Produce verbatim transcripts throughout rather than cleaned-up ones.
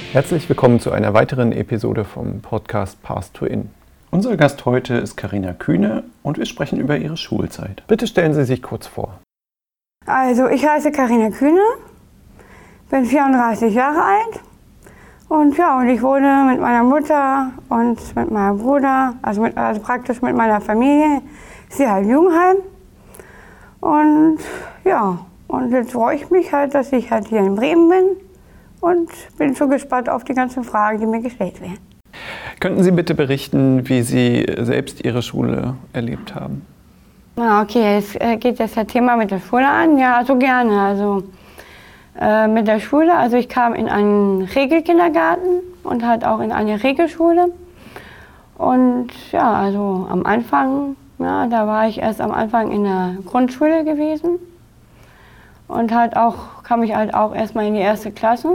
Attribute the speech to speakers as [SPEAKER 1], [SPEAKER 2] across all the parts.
[SPEAKER 1] Herzlich willkommen zu einer weiteren Episode vom Podcast Path to In. Unser Gast heute ist Carina Kühne und wir sprechen über ihre Schulzeit. Bitte stellen Sie sich kurz vor.
[SPEAKER 2] Also ich heiße Carina Kühne, bin vierunddreißig Jahre alt und ja, und ich wohne mit meiner Mutter und mit meinem Bruder, also, mit, also praktisch mit meiner Familie, sie halt Jugendheim. Und ja, und jetzt freue ich mich halt, dass ich halt hier in Bremen bin und bin schon gespannt auf die ganzen Fragen, die mir gestellt werden.
[SPEAKER 1] Könnten Sie bitte berichten, wie Sie selbst Ihre Schule erlebt haben?
[SPEAKER 2] Okay, es geht jetzt das Thema mit der Schule an. Ja, also gerne. Also äh, mit der Schule, also ich kam in einen Regelkindergarten und halt auch in eine Regelschule. Und ja, also am Anfang, ja, da war ich erst am Anfang in der Grundschule gewesen. Und halt auch, kam ich halt auch erstmal in die erste Klasse.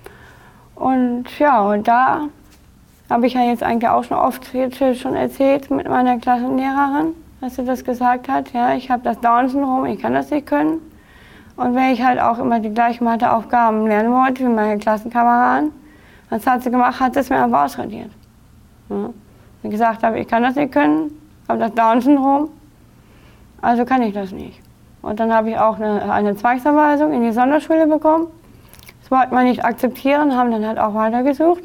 [SPEAKER 2] Und ja, und da habe ich ja jetzt eigentlich auch schon oft schon erzählt mit meiner Klassenlehrerin, dass sie das gesagt hat. Ja, ich habe das Down-Syndrom, ich kann das nicht können. Und wenn ich halt auch immer die gleichen Matheaufgaben lernen wollte wie meine Klassenkameraden, was hat sie gemacht, hat es mir einfach ausradiert. Ja. Sie gesagt habe, ich kann das nicht können, habe das Down-Syndrom, also kann ich das nicht. Und dann habe ich auch eine, eine Zwangsverweisung in die Sonderschule bekommen. Das wollte man nicht akzeptieren, haben dann halt auch weitergesucht.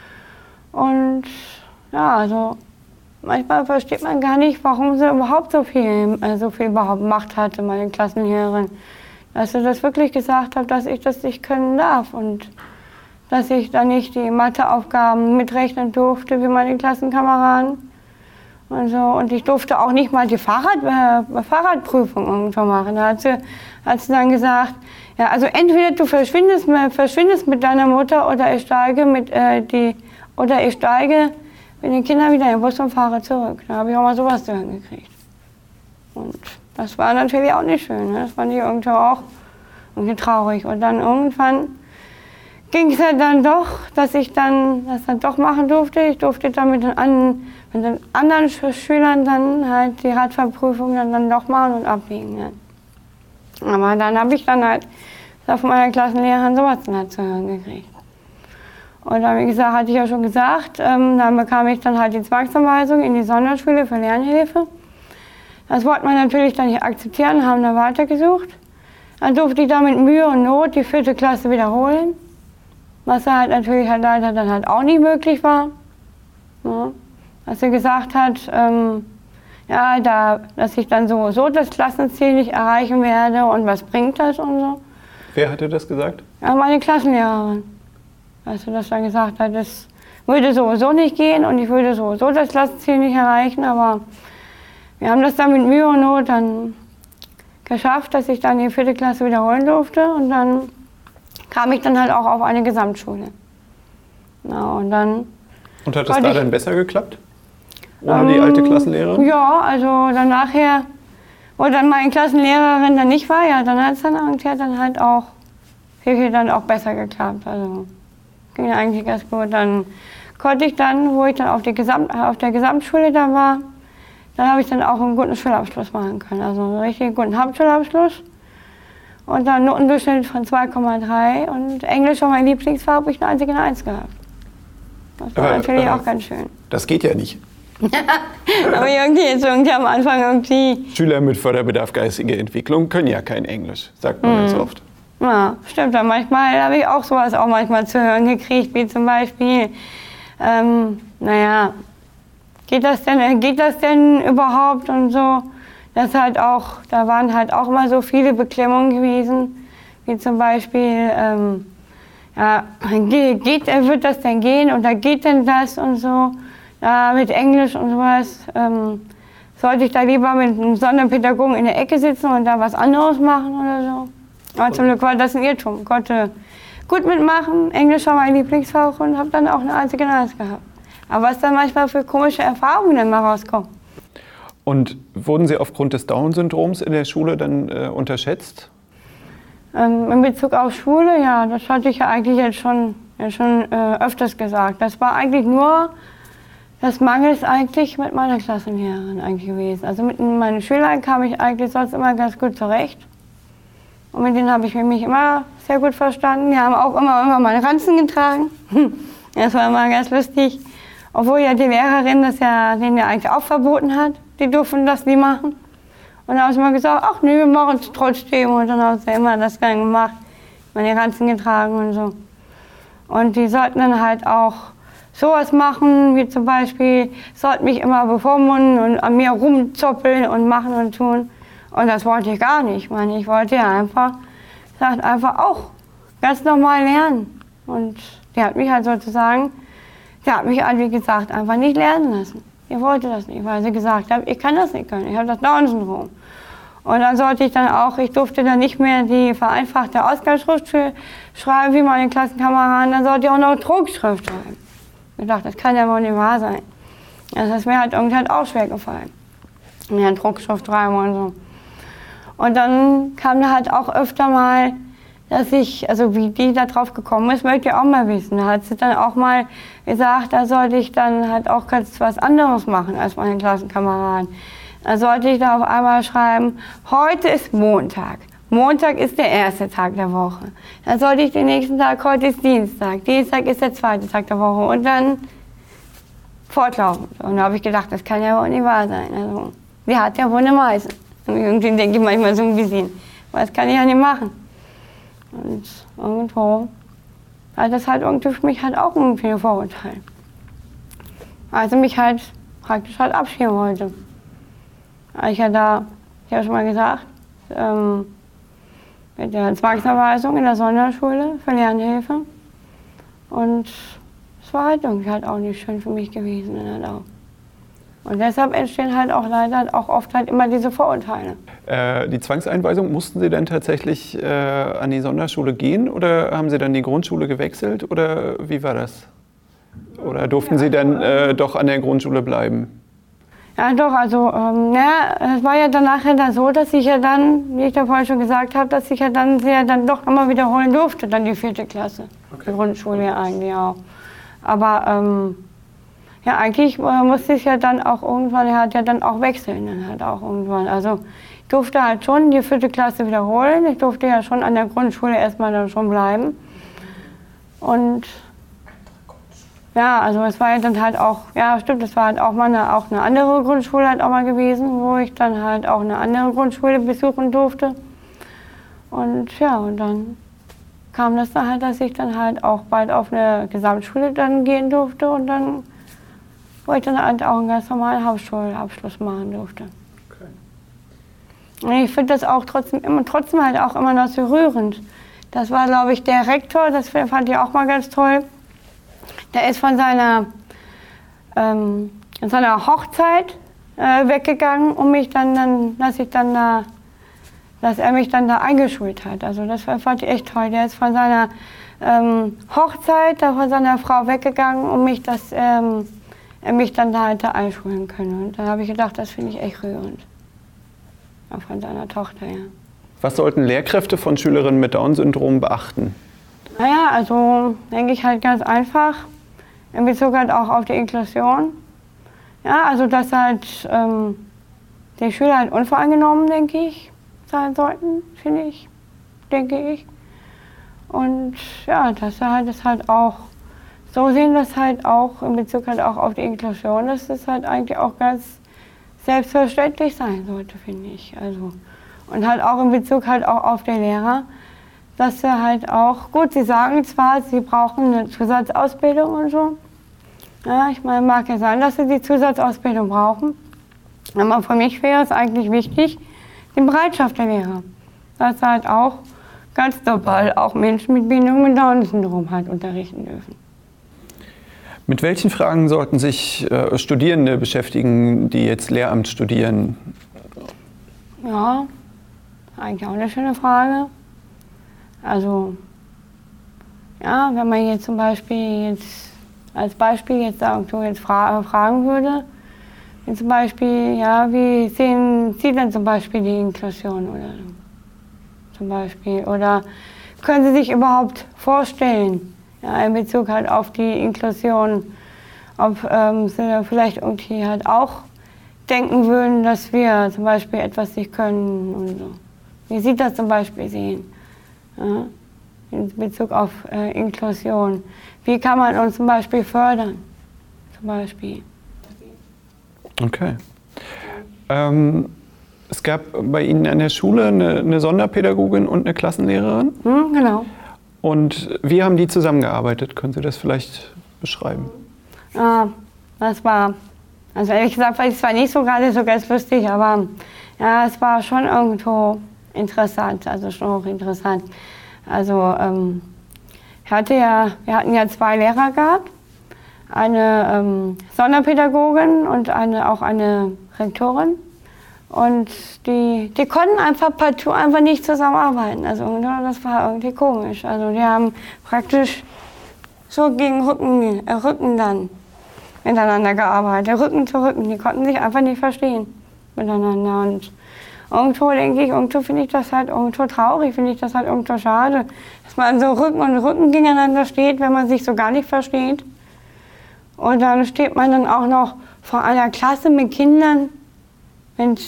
[SPEAKER 2] Und ja, also manchmal versteht man gar nicht, warum sie überhaupt so viel, äh, so viel überhaupt Macht hatte, meine Klassenlehrerin. Dass sie das wirklich gesagt hat, dass ich das nicht können darf und dass ich dann nicht die Matheaufgaben mitrechnen durfte wie meine Klassenkameraden. Und, so. Und ich durfte auch nicht mal die Fahrrad, äh, Fahrradprüfung irgendwo machen. Da hat sie, hat sie dann gesagt, ja, also entweder du verschwindest, verschwindest mit deiner Mutter oder ich steige mit äh, die oder ich steige mit den Kindern wieder in den Bus und fahre zurück. Da habe ich auch mal sowas zu hören gekriegt. Und das war natürlich auch nicht schön. Ne? Das fand ich irgendwo auch irgendwie traurig. Und dann irgendwann ging es halt dann doch, dass ich dann das dann doch machen durfte. Ich durfte dann mit den, an, mit den anderen Schülern dann halt die Radfahrprüfung dann, dann doch machen und ablegen. Ne? Aber dann habe ich dann halt von meiner Klassenlehrerin sowas dann halt zu hören gekriegt. Und dann, wie gesagt, hatte ich ja schon gesagt, ähm, dann bekam ich dann halt die Zwangsverweisung in die Sonderschule für Lernhilfe. Das wollte man natürlich dann nicht akzeptieren, haben dann weitergesucht. Dann durfte ich dann mit Mühe und Not die vierte Klasse wiederholen, was halt natürlich halt leider dann halt auch nicht möglich war. Ja. Dass sie gesagt hat, ähm, ja, da, dass ich dann so, so das Klassenziel nicht erreichen werde und was bringt das und so.
[SPEAKER 1] Wer hatte das gesagt?
[SPEAKER 2] Ja, meine Klassenlehrerin. Als sie das dann gesagt hat, das würde sowieso nicht gehen und ich würde sowieso das Klassenziel nicht erreichen, aber wir haben das dann mit Mühe und Not dann geschafft, dass ich dann die vierte Klasse wiederholen durfte und dann kam ich dann halt auch auf eine Gesamtschule. Ja, und dann
[SPEAKER 1] und hat das da dann besser geklappt? Ohne ähm, die alte Klassenlehrerin?
[SPEAKER 2] Ja, also dann nachher, wo dann meine Klassenlehrerin dann nicht war, ja, dann hat es dann, dann halt auch viel, viel dann auch besser geklappt. Also ging eigentlich ganz gut. Dann konnte ich dann, wo ich dann auf, die Gesamt, auf der Gesamtschule da war, dann habe ich dann auch einen guten Schulabschluss machen können. Also einen richtig guten Hauptschulabschluss. Und dann Notendurchschnitt von zwei Komma drei. Und Englisch war mein Lieblingsfach, habe ich eine einzige Eins gehabt. Das war aber, natürlich aber auch ganz schön.
[SPEAKER 1] Das geht ja nicht.
[SPEAKER 2] Aber irgendwie jetzt irgendwie am Anfang irgendwie...
[SPEAKER 1] Schüler mit Förderbedarf geistige Entwicklung können ja kein Englisch, sagt man ganz oft.
[SPEAKER 2] Ja, stimmt. Dann manchmal habe ich auch sowas auch manchmal zu hören gekriegt, wie zum Beispiel, ähm, naja, geht das denn, geht das denn überhaupt und so. Das halt auch, da waren halt auch mal so viele Beklemmungen gewesen, wie zum Beispiel, ähm, ja, geht, geht, wird das denn gehen oder geht denn das und so, ja, mit Englisch und sowas. Ähm, sollte ich da lieber mit einem Sonderpädagogen in der Ecke sitzen und da was anderes machen oder so? Aber zum Glück war das ein Irrtum. Ich konnte gut mitmachen, Englisch war mein Lieblingsfach und habe dann auch eine einzige Eins gehabt. Aber was dann manchmal für komische Erfahrungen dann mal rauskommen.
[SPEAKER 1] Und wurden Sie aufgrund des Down-Syndroms in der Schule dann äh, unterschätzt?
[SPEAKER 2] Ähm, in Bezug auf Schule, ja, das hatte ich ja eigentlich jetzt schon, ja, schon äh, öfters gesagt. Das war eigentlich nur das Mangels eigentlich mit meiner Klassenlehrerin eigentlich gewesen. Also mit meinen Schülern kam ich eigentlich sonst immer ganz gut zurecht. Und mit denen habe ich mich immer sehr gut verstanden. Die haben auch immer, immer meine Ranzen getragen. Das war immer ganz lustig. Obwohl ja die Lehrerin das ja denen ja eigentlich auch verboten hat. Die durften das nie machen. Und dann habe ich immer gesagt, ach nee, wir machen es trotzdem. Und dann haben sie immer das dann gemacht. Meine Ranzen getragen und so. Und die sollten dann halt auch sowas machen, wie zum Beispiel, sollten mich immer bevormunden und an mir rumzoppeln und machen und tun. Und das wollte ich gar nicht. Ich meine, ich wollte ja einfach, sagt einfach auch ganz normal lernen. Und die hat mich halt sozusagen, die hat mich halt, wie gesagt, einfach nicht lernen lassen. Die wollte das nicht, weil sie gesagt hat, ich kann das nicht können, ich habe das Down-Syndrom. Und dann sollte ich dann auch, ich durfte dann nicht mehr die vereinfachte Ausgangsschrift schreiben, wie meine Klassenkameraden, dann sollte ich auch noch Druckschrift schreiben. Ich dachte, das kann ja wohl nicht wahr sein. Also das ist mir halt irgendwie halt auch schwer gefallen. Ja, Druckschrift schreiben und so. Und dann kam da halt auch öfter mal, dass ich, also wie die da drauf gekommen ist, möchte ich auch mal wissen. Da hat sie dann auch mal gesagt, da sollte ich dann halt auch ganz was anderes machen als meine Klassenkameraden. Da sollte ich da auf einmal schreiben, heute ist Montag. Montag ist der erste Tag der Woche. Dann sollte ich den nächsten Tag, heute ist Dienstag. Dienstag ist der zweite Tag der Woche. Und dann fortlaufend. Und da habe ich gedacht, das kann ja wohl nicht wahr sein. Also, die hat ja wohl eine Meise. Und irgendwie denke ich manchmal so ein bisschen, was kann ich ja nicht machen. Und irgendwo hat das halt irgendwie für mich halt auch irgendwie ein Vorurteil. Also mich halt praktisch halt abschieben wollte. Ich ja da, ich habe schon mal gesagt, ähm, mit der Zwangsverweisung in der Sonderschule für Lernhilfe. Und es war halt irgendwie halt auch nicht schön für mich gewesen. Halt auch. Und deshalb entstehen halt auch leider halt auch oft halt immer diese Vorurteile.
[SPEAKER 1] Äh, die Zwangseinweisung, mussten Sie dann tatsächlich äh, an die Sonderschule gehen oder haben Sie dann die Grundschule gewechselt oder wie war das? Oder durften ja, Sie dann äh, doch an der Grundschule bleiben?
[SPEAKER 2] Ja doch, also ähm, ja, es war ja dann nachher dann so, dass ich ja dann, wie ich da vorhin schon gesagt habe, dass ich ja dann sie ja dann doch nochmal wiederholen durfte, dann die vierte Klasse. Okay. Die Grundschule ja eigentlich auch. Aber ähm, ja, eigentlich äh, musste ich ja dann auch irgendwann, er hat ja dann auch wechseln, dann halt auch irgendwann. Also ich durfte halt schon die vierte Klasse wiederholen, ich durfte ja schon an der Grundschule erstmal dann schon bleiben. Und ja, also es war ja dann halt auch, ja stimmt, es war halt auch mal eine, auch eine andere Grundschule halt auch mal gewesen, wo ich dann halt auch eine andere Grundschule besuchen durfte. Und ja, und dann kam das dann halt, dass ich dann halt auch bald auf eine Gesamtschule dann gehen durfte und dann, wo ich dann halt auch einen ganz normalen Hauptschulabschluss machen durfte. Okay. Und ich finde das auch trotzdem, immer, trotzdem halt auch immer noch so rührend. Das war, glaube ich, der Rektor, das fand ich auch mal ganz toll. Der ist von seiner, ähm, seiner Hochzeit äh, weggegangen, um mich dann, dann, dass ich dann da, dass er mich dann da eingeschult hat. Also das fand ich echt toll. Der ist von seiner ähm, Hochzeit, da von seiner Frau weggegangen, um mich, dass ähm, er mich dann da halt da einschulen können. Und da habe ich gedacht, das finde ich echt rührend. Auch von seiner Tochter, ja.
[SPEAKER 1] Was sollten Lehrkräfte von Schülerinnen mit Down-Syndrom beachten?
[SPEAKER 2] Naja, also denke ich halt ganz einfach, in Bezug halt auch auf die Inklusion. Ja, also dass halt ähm, die Schüler halt unvoreingenommen, denke ich, sein sollten, finde ich, denke ich. Und ja, dass sie halt das halt auch so sehen, dass halt auch in Bezug halt auch auf die Inklusion, dass das halt eigentlich auch ganz selbstverständlich sein sollte, finde ich. Also, und halt auch in Bezug halt auch auf die Lehrer, dass sie halt auch, gut, sie sagen zwar, sie brauchen eine Zusatzausbildung und so. Ja, ich meine, mag ja sein, dass sie die Zusatzausbildung brauchen. Aber für mich wäre es eigentlich wichtig, die Bereitschaft der Lehrer. Dass sie halt auch ganz normal auch Menschen mit Behinderung mit Down-Syndrom halt unterrichten dürfen.
[SPEAKER 1] Mit welchen Fragen sollten sich äh, Studierende beschäftigen, die jetzt Lehramt studieren?
[SPEAKER 2] Ja, eigentlich auch eine schöne Frage. Also, ja, wenn man jetzt zum Beispiel jetzt als Beispiel jetzt irgendwo jetzt fra fragen würde, wie zum Beispiel, ja, wie sehen Sie denn zum Beispiel die Inklusion oder so, zum Beispiel, oder können Sie sich überhaupt vorstellen, ja, in Bezug halt auf die Inklusion, ob ähm, Sie da vielleicht irgendwie halt auch denken würden, dass wir zum Beispiel etwas nicht können und so. wie Sie das zum Beispiel sehen, ja, in Bezug auf äh, Inklusion. Wie kann man uns zum Beispiel fördern, zum Beispiel.
[SPEAKER 1] Okay. Ähm, es gab bei Ihnen an der Schule eine, eine Sonderpädagogin und eine Klassenlehrerin?
[SPEAKER 2] Hm, genau.
[SPEAKER 1] Und wie haben die zusammengearbeitet? Können Sie das vielleicht beschreiben?
[SPEAKER 2] Ja, das war, also ehrlich gesagt, es war nicht so gerade so ganz lustig, aber ja, es war schon irgendwo interessant, also schon auch interessant. Also ähm, ich hatte ja, wir hatten ja zwei Lehrer gehabt, eine ähm, Sonderpädagogin und eine, auch eine Rektorin. Und die, die konnten einfach partout einfach nicht zusammenarbeiten. Also das war irgendwie komisch. Also die haben praktisch so gegen Rücken, äh, Rücken dann miteinander gearbeitet, Rücken zu Rücken. Die konnten sich einfach nicht verstehen miteinander. Und irgendwo denke ich, irgendwo finde ich das halt irgendwo traurig, finde ich das halt irgendwo schade, dass man so Rücken und Rücken gegeneinander steht, wenn man sich so gar nicht versteht. Und dann steht man dann auch noch vor einer Klasse mit Kindern, mit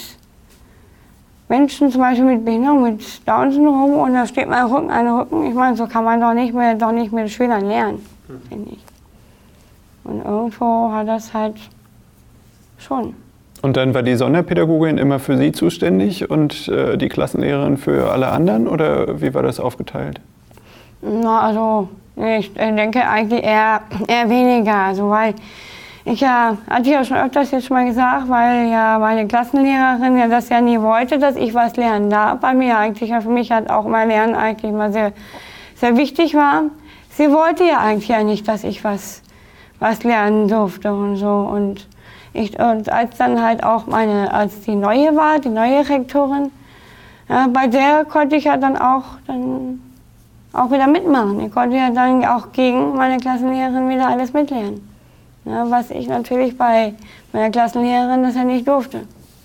[SPEAKER 2] Menschen zum Beispiel mit Behinderung, mit Down-Syndrom, und da steht man Rücken an Rücken. Ich meine, so kann man doch nicht mehr, doch nicht mit Schülern lernen, finde ich. Und irgendwo hat das halt schon.
[SPEAKER 1] Und dann war die Sonderpädagogin immer für Sie zuständig und äh, die Klassenlehrerin für alle anderen, oder wie war das aufgeteilt?
[SPEAKER 2] Na, also ich denke eigentlich eher, eher weniger, also weil ich ja, hatte ja schon öfters jetzt schon mal gesagt, weil ja meine Klassenlehrerin ja das ja nie wollte, dass ich was lernen darf. Bei mir eigentlich, ja für mich hat auch mal Lernen eigentlich mal sehr, sehr wichtig war. Sie wollte ja eigentlich ja nicht, dass ich was, was lernen durfte und so. Und, ich, und als dann halt auch meine, als die neue war, die neue Rektorin, ja, bei der konnte ich ja dann auch, dann auch wieder mitmachen. Ich konnte ja dann auch gegen meine Klassenlehrerin wieder alles mitlernen. Ja, was ich natürlich bei meiner Klassenlehrerin das ja nicht durfte.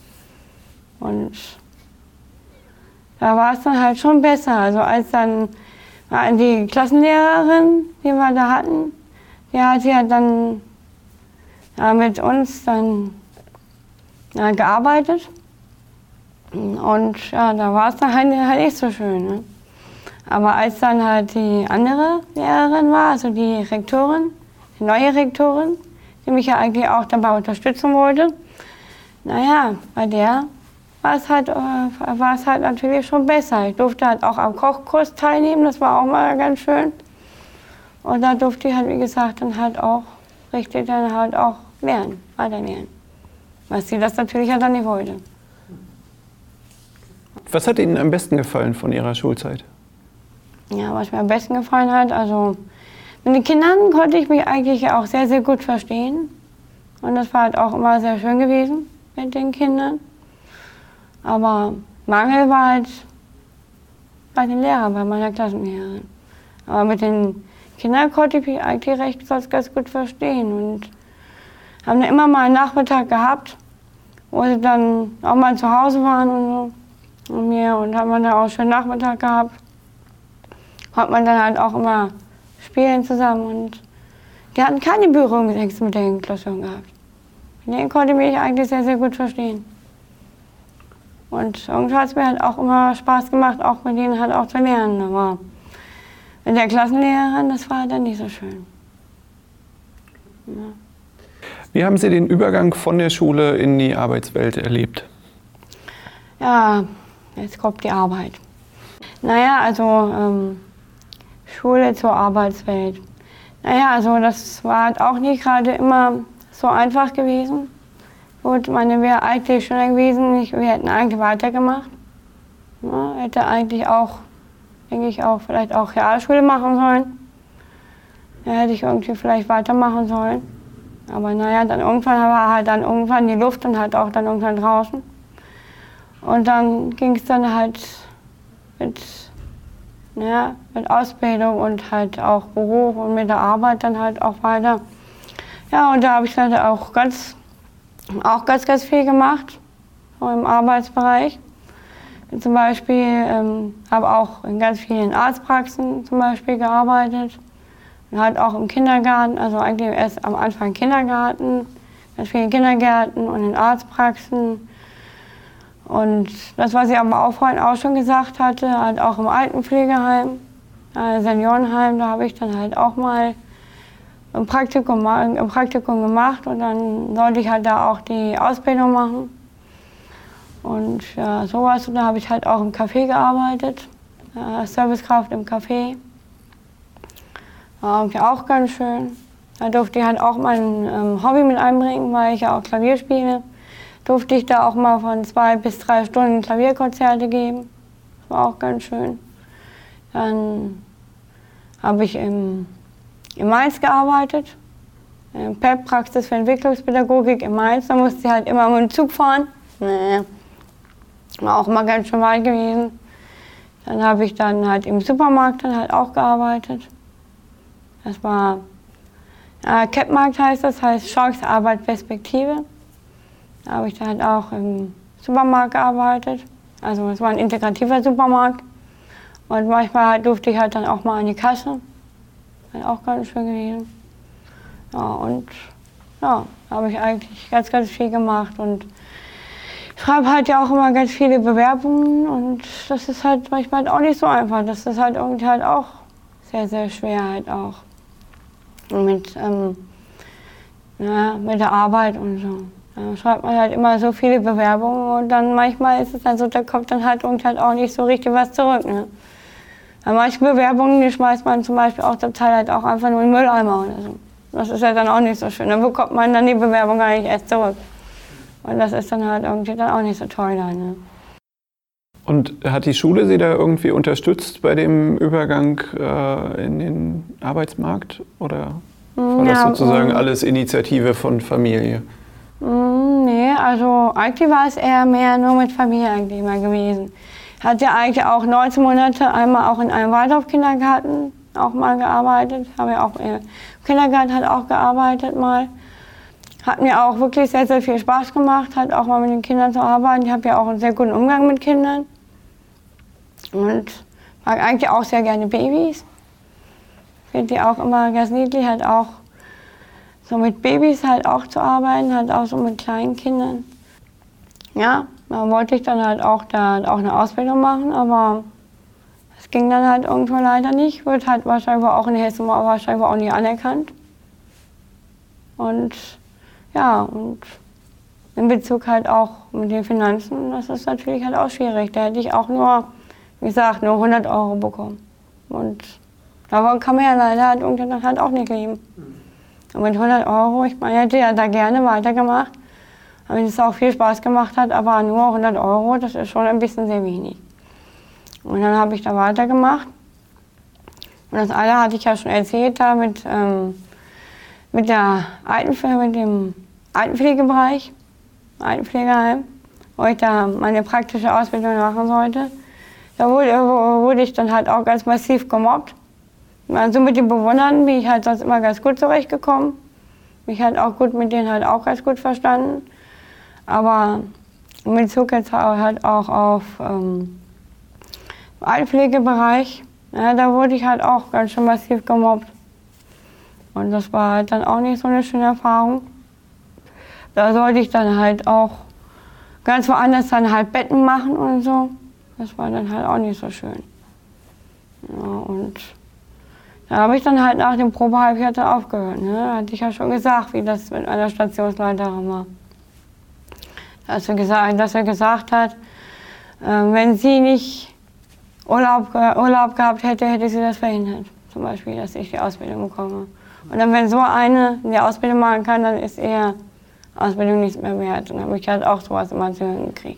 [SPEAKER 2] Und da war es dann halt schon besser. Also als dann die Klassenlehrerin, die wir da hatten, die hat ja dann ja, mit uns dann ja, gearbeitet. Und ja, da war es dann halt, halt nicht so schön. Ne? Aber als dann halt die andere Lehrerin war, also die Rektorin, die neue Rektorin, die mich ja eigentlich auch dabei unterstützen wollte, naja, bei der war es halt, äh, war es halt natürlich schon besser. Ich durfte halt auch am Kochkurs teilnehmen, das war auch mal ganz schön. Und da durfte ich halt, wie gesagt, dann halt auch richtig dann halt auch lernen, weiter lernen. Was sie das natürlich ja dann nicht wollte.
[SPEAKER 1] Was hat Ihnen am besten gefallen von Ihrer Schulzeit?
[SPEAKER 2] Ja, was mir am besten gefallen hat, also mit den Kindern konnte ich mich eigentlich auch sehr, sehr gut verstehen. Und das war halt auch immer sehr schön gewesen mit den Kindern. Aber Mangel war halt bei den Lehrern, bei meiner Klassenlehrerin. Aber mit den Kindern konnte ich mich eigentlich recht ganz, ganz gut verstehen. Und haben dann immer mal einen Nachmittag gehabt, wo sie dann auch mal zu Hause waren und so. Und mir, und haben wir dann auch schon Nachmittag gehabt. Hat man dann halt auch immer spielen zusammen, und die hatten keine Berührungsängste mit der Inklusion gehabt. Mit denen konnte ich mich eigentlich sehr, sehr gut verstehen. Und irgendwie hat es mir halt auch immer Spaß gemacht, auch mit denen halt auch zu lernen. Aber mit der Klassenlehrerin, das war dann nicht so schön. Ja.
[SPEAKER 1] Wie haben Sie den Übergang von der Schule in die Arbeitswelt erlebt?
[SPEAKER 2] Ja, jetzt kommt die Arbeit. Naja, also ähm, Schule zur Arbeitswelt. Naja, also das war halt auch nicht gerade immer so einfach gewesen. Gut, meine wäre eigentlich schöner gewesen, ich, wir hätten eigentlich weitergemacht. Ja, hätte eigentlich auch, denke ich auch, vielleicht auch Realschule machen sollen. Da hätte ich irgendwie vielleicht weitermachen sollen. Aber naja, dann irgendwann war halt dann irgendwann die Luft und halt auch dann irgendwann draußen. Und dann ging es dann halt mit, ja, mit Ausbildung und halt auch Beruf und mit der Arbeit dann halt auch weiter. Ja, und da habe ich dann auch ganz, auch ganz, ganz viel gemacht, so im Arbeitsbereich. Zum Beispiel ähm, habe auch in ganz vielen Arztpraxen zum Beispiel gearbeitet. Und halt auch im Kindergarten, also eigentlich erst am Anfang Kindergarten, ganz vielen Kindergärten und in Arztpraxen. Und das, was ich aber auch vorhin auch schon gesagt hatte, halt auch im Altenpflegeheim, äh, Seniorenheim, da habe ich dann halt auch mal ein Praktikum, ein Praktikum gemacht und dann sollte ich halt da auch die Ausbildung machen. Und ja, sowas, und da habe ich halt auch im Café gearbeitet, äh, Servicekraft im Café. War irgendwie auch ganz schön. Da durfte ich halt auch mein ähm, Hobby mit einbringen, weil ich ja auch Klavier spiele. Durfte ich da auch mal von zwei bis drei Stunden Klavierkonzerte geben. Das war auch ganz schön. Dann habe ich im in Mainz gearbeitet, in P E P, Praxis für Entwicklungspädagogik in Mainz. Da musste ich halt immer mit dem Zug fahren. Nee. War auch mal ganz schön weit gewesen. Dann habe ich dann halt im Supermarkt dann halt auch gearbeitet. Das war, äh, Keppmarkt heißt das, heißt Chance, Arbeit, Perspektive. Da habe ich dann halt auch im Supermarkt gearbeitet. Also es war ein integrativer Supermarkt. Und manchmal halt durfte ich halt dann auch mal an die Kasse. Auch ganz schön gewesen. Ja, und ja, habe ich eigentlich ganz, ganz viel gemacht. Und ich schreibe halt ja auch immer ganz viele Bewerbungen und das ist halt manchmal halt auch nicht so einfach. Das ist halt irgendwie halt auch sehr, sehr schwer halt auch. Mit, ähm, ja, mit der Arbeit und so. Da schreibt man halt immer so viele Bewerbungen und dann manchmal ist es dann so, da kommt dann halt irgendwie halt auch nicht so richtig was zurück. Ne? Manche Bewerbungen, die schmeißt man zum Beispiel auch zum Teil halt auch einfach nur in den Mülleimer oder so. Das ist ja dann auch nicht so schön. Dann bekommt man dann die Bewerbung gar nicht erst zurück. Und das ist dann halt irgendwie dann auch nicht so toll dann. Ne?
[SPEAKER 1] Und hat die Schule Sie da irgendwie unterstützt bei dem Übergang äh, in den Arbeitsmarkt? Oder war das ja, sozusagen um, alles Initiative von Familie?
[SPEAKER 2] Um, nee, also eigentlich war es eher mehr nur mit Familie eigentlich immer gewesen. Hat ja eigentlich auch neunzehn Monate einmal auch in einem Waldorf-Kindergarten auch mal gearbeitet. Habe ja auch im Kindergarten halt auch gearbeitet mal. Hat mir auch wirklich sehr, sehr viel Spaß gemacht, halt auch mal mit den Kindern zu arbeiten. Ich habe ja auch einen sehr guten Umgang mit Kindern. Und mag eigentlich auch sehr gerne Babys. Finde die auch immer ganz niedlich, halt auch so mit Babys halt auch zu arbeiten, halt auch so mit kleinen Kindern. Ja. Da wollte ich dann halt auch da auch eine Ausbildung machen, aber es ging dann halt irgendwo leider nicht. Wird halt wahrscheinlich auch in Hessen wahrscheinlich auch nicht anerkannt. Und ja, und in Bezug halt auch mit den Finanzen, das ist natürlich halt auch schwierig. Da hätte ich auch nur, wie gesagt, nur hundert Euro bekommen. Und davon kann man ja leider halt irgendwann halt auch nicht leben. Und mit hundert Euro, ich meine, ich hätte ja da gerne weitergemacht. Weil es auch viel Spaß gemacht hat, aber nur hundert Euro, das ist schon ein bisschen sehr wenig. Und dann habe ich da weitergemacht. Und das eine hatte ich ja schon erzählt, da mit, ähm, mit, der Altenpflege, mit dem Altenpflegebereich, Altenpflegeheim, wo ich da meine praktische Ausbildung machen sollte. Da wurde, wurde ich dann halt auch ganz massiv gemobbt. Also mit den Bewohnern bin ich halt sonst immer ganz gut zurechtgekommen. Mich halt auch gut mit denen halt auch ganz gut verstanden. Aber in Bezug jetzt halt auch auf ähm, im Altenpflegebereich, ja, da wurde ich halt auch ganz schön massiv gemobbt. Und das war halt dann auch nicht so eine schöne Erfahrung. Da sollte ich dann halt auch ganz woanders dann halt Betten machen und so. Das war dann halt auch nicht so schön. Ja, und da habe ich dann halt nach dem Probehalbjahr aufgehört. Ne? Da hatte ich ja schon gesagt, wie das mit einer Stationsleiterin war. Dass er gesagt, dass er gesagt hat, äh, wenn sie nicht Urlaub, Urlaub gehabt hätte, hätte sie das verhindert. Zum Beispiel, dass ich die Ausbildung bekomme. Und dann, wenn so eine die Ausbildung machen kann, dann ist eher Ausbildung nichts mehr wert. Und dann habe ich halt auch sowas immer zu hören gekriegt.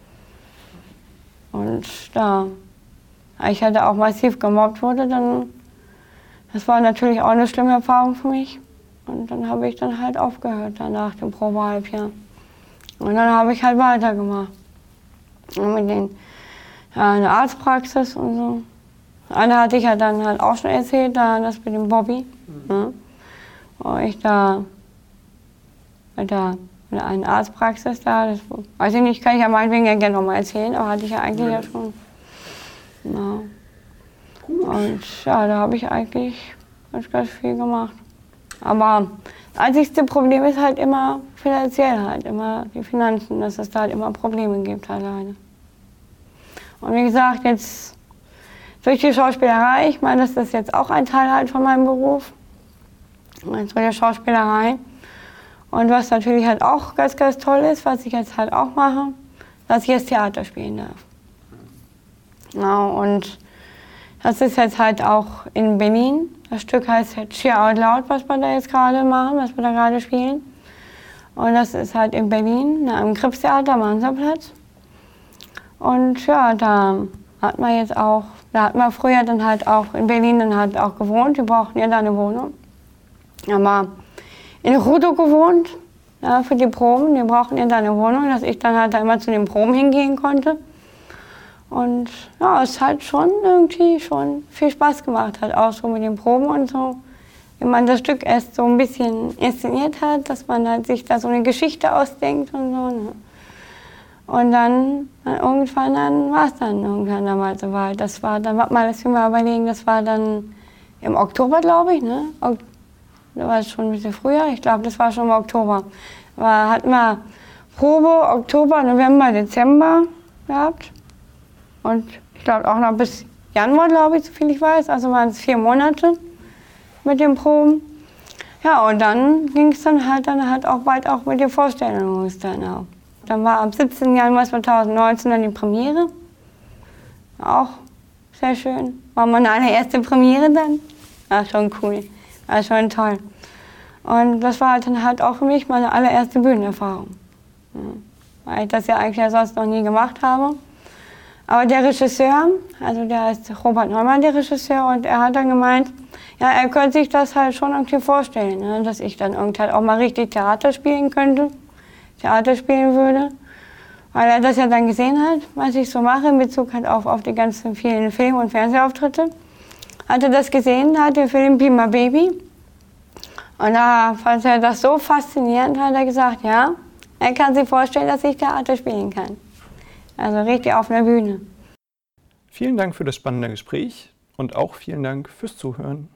[SPEAKER 2] Und da ich halt auch massiv gemobbt wurde, dann, das war natürlich auch eine schlimme Erfahrung für mich. Und dann habe ich dann halt aufgehört, dann nach dem Probehalbjahr. Und dann habe ich halt weitergemacht. Und mit den, ja, in der Arztpraxis und so. Eine hatte ich ja dann halt auch schon erzählt, da, das mit dem Bobby. Mhm. Ja, wo ich da mit der, mit der einen Arztpraxis da, das weiß ich nicht, kann ich ja meinetwegen ja gerne nochmal erzählen, aber hatte ich ja eigentlich ja, ja schon. Ja. Und ja, da habe ich eigentlich ganz, ganz viel gemacht. Aber einzigste Problem ist halt immer finanziell halt, immer die Finanzen, dass es da halt immer Probleme gibt halt leider. Und wie gesagt, jetzt durch die Schauspielerei, ich meine, das ist jetzt auch ein Teil halt von meinem Beruf, also der Schauspielerei. Und was natürlich halt auch ganz, ganz toll ist, was ich jetzt halt auch mache, dass ich jetzt Theater spielen darf. Genau, und das ist jetzt halt auch in Berlin. Das Stück heißt jetzt Cheer Out Loud, was wir da jetzt gerade machen, was wir da gerade spielen. Und das ist halt in Berlin, am Krebstheater am Hansaplatz. Und ja, da hat man jetzt auch, da hat man früher dann halt auch in Berlin dann halt auch gewohnt. Wir brauchten ja da eine Wohnung. Aber in Rudow gewohnt, ja, für die Proben. Wir brauchten ja da eine Wohnung, dass ich dann halt da immer zu den Proben hingehen konnte. Und ja, es hat schon irgendwie schon viel Spaß gemacht, halt auch so mit den Proben und so. Wenn man das Stück erst so ein bisschen inszeniert hat, dass man halt sich da so eine Geschichte ausdenkt und so. Ne? Und dann, dann irgendwann dann war es dann irgendwann dann mal so weit. Das war, dann war mal, das mal überlegen, das war dann im Oktober, glaube ich, ne? Da war es schon ein bisschen früher, ich glaube, das war schon im Oktober. War, hatten wir Probe Oktober, November, Dezember gehabt. Und ich glaube auch noch bis Januar, glaube ich, soviel ich weiß. Also waren es vier Monate mit den Proben. Ja, und dann ging es dann halt, dann halt auch bald auch mit den Vorstellungen los dann auch. Dann war am siebzehnten Januar zweitausendneunzehn dann die Premiere. Auch sehr schön. War meine allererste Premiere dann. War schon cool. War schon toll. Und das war halt dann halt auch für mich meine allererste Bühnenerfahrung. Ja, weil ich das ja eigentlich ja sonst noch nie gemacht habe. Aber der Regisseur, also der heißt Robert Neumann, der Regisseur, und er hat dann gemeint, ja, er könnte sich das halt schon irgendwie vorstellen, ne, dass ich dann irgendwie halt auch mal richtig Theater spielen könnte, Theater spielen würde. Weil er das ja dann gesehen hat, was ich so mache in Bezug halt auf, auf die ganzen vielen Film- und Fernsehauftritte. Hat er das gesehen, hat den Film Be My Baby. Und da fand er das so faszinierend, hat er gesagt, ja, er kann sich vorstellen, dass ich Theater spielen kann. Also richtig auf der Bühne.
[SPEAKER 1] Vielen Dank für das spannende Gespräch und auch vielen Dank fürs Zuhören.